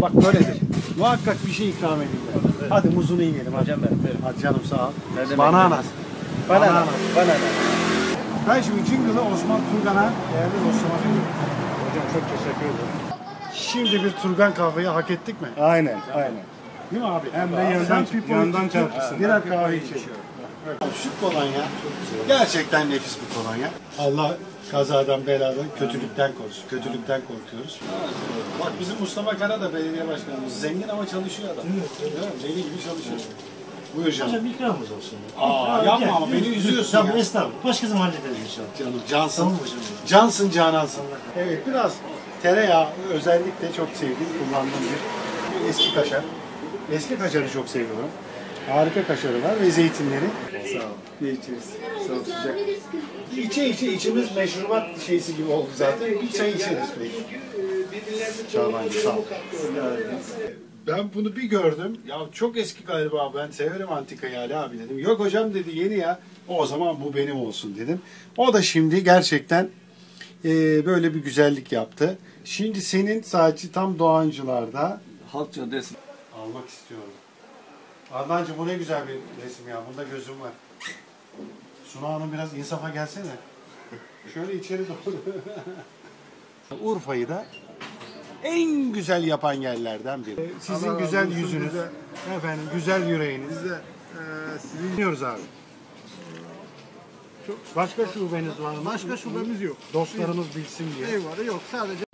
bak böyledir. Muhakkak bir şey ikram edeyim. Hadi muzunu yiyelim. Hocam benim. Hadi canım sağ ol. Bananas. Bananas. Bananas. Ben şimdi Jingle'ı Osman Turgan'a değerli dostuma veriyorum. Hocam çok teşekkür ederim. Şimdi bir Turgan kahveyi hak ettik mi? Aynen, aynen. Değil mi abi? Hem de Sen yandan çarpısın. Birer kahve içelim. Şu kolonya gerçekten nefis bir kolonya. Allah kazadan, beladan, kötülükten korusun. Kötülükten korkuyoruz. Bak bizim Mustafa Kara da belediye başkanımız. Zengin ama çalışıyor adam. Değil mi? Deli gibi çalışıyor. Buyur canım. Hocam ikramımız olsun. Yapma ama beni üzüyorsun Tamam ya. estağfurullah. Başka zaman hallederiz inşallah. Canım cansın. Tamam hocam. Cansın canansın. Evet biraz tereyağı özellikle çok sevdiğim, kullandığım bir eski kaşar. Eski kaşarı çok seviyorum. Harika kaşarı var ve zeytinleri. Sağ ol. Bir içeriz. Sağ ol sıcak. İçe içimiz meşrubat şeysi gibi oldu zaten. Bir çay içeriz peki. Çağlancı sağ ol. Ben bunu bir gördüm. Ya çok eski galiba, ben severim antikayı Ali abi dedim. Yok hocam dedi, yeni ya. O zaman bu benim olsun dedim. O da şimdi gerçekten böyle bir güzellik yaptı. Şimdi senin saati tam Doğancılar'da. Halk Caddesi. Almak istiyorum. Adnancığım bu ne güzel bir resim ya. Bunda gözüm var. Suna Hanım biraz insafa gelsene. Şöyle içeri doğru. Urfa'yı da en güzel yapan yerlerden biri. Sizin Allah güzel razı olsun, yüzünüz, efendim güzel yüreğiniz. Biz de sizi Dinliyoruz abi. Başka şubeniz var mı? başka şubemiz yok. Dostlarımız bilsin diye. Eyvallah yok sadece.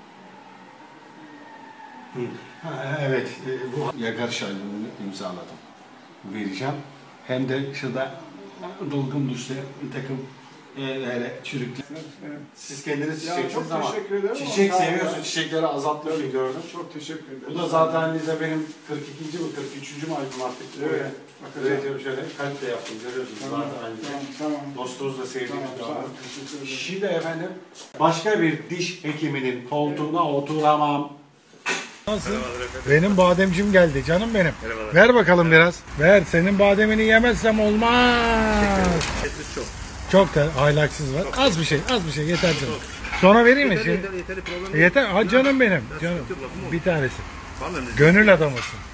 Evet, bu yagar şairliğini imzaladım. Vereceğim. Hem de şurada dolgun düşse bir takım öyle çürükler. Siz kendiniz çiçekçisiniz çok ama teşekkür ederim. çiçek seviyorsun, çiçekleri azaltmışsın gördüm. Çok teşekkür ederim. Bu da zaten Lize benim 42. mi 43. mü albüm artık. Evet. Üretiyorum şöyle. Kalp de yaptım görüyorsunuz. Tamam, Zaten aynı. tamam. Dostluğunuz da sevdiğimiz bir Sağ adam. olun, teşekkür ederim. Şimdi efendim başka bir diş hekiminin koltuğuna oturamam. Benim bademcim geldi canım benim. Merhabalar. Ver bakalım biraz. Ver, senin bademini yemezsem olmaz. Çok da ahlaksız var. Az bir şey yeter canım. Sonra vereyim mi? Yeter. Ha canım benim. Canım. Bir tanesi. Gönül adamısın.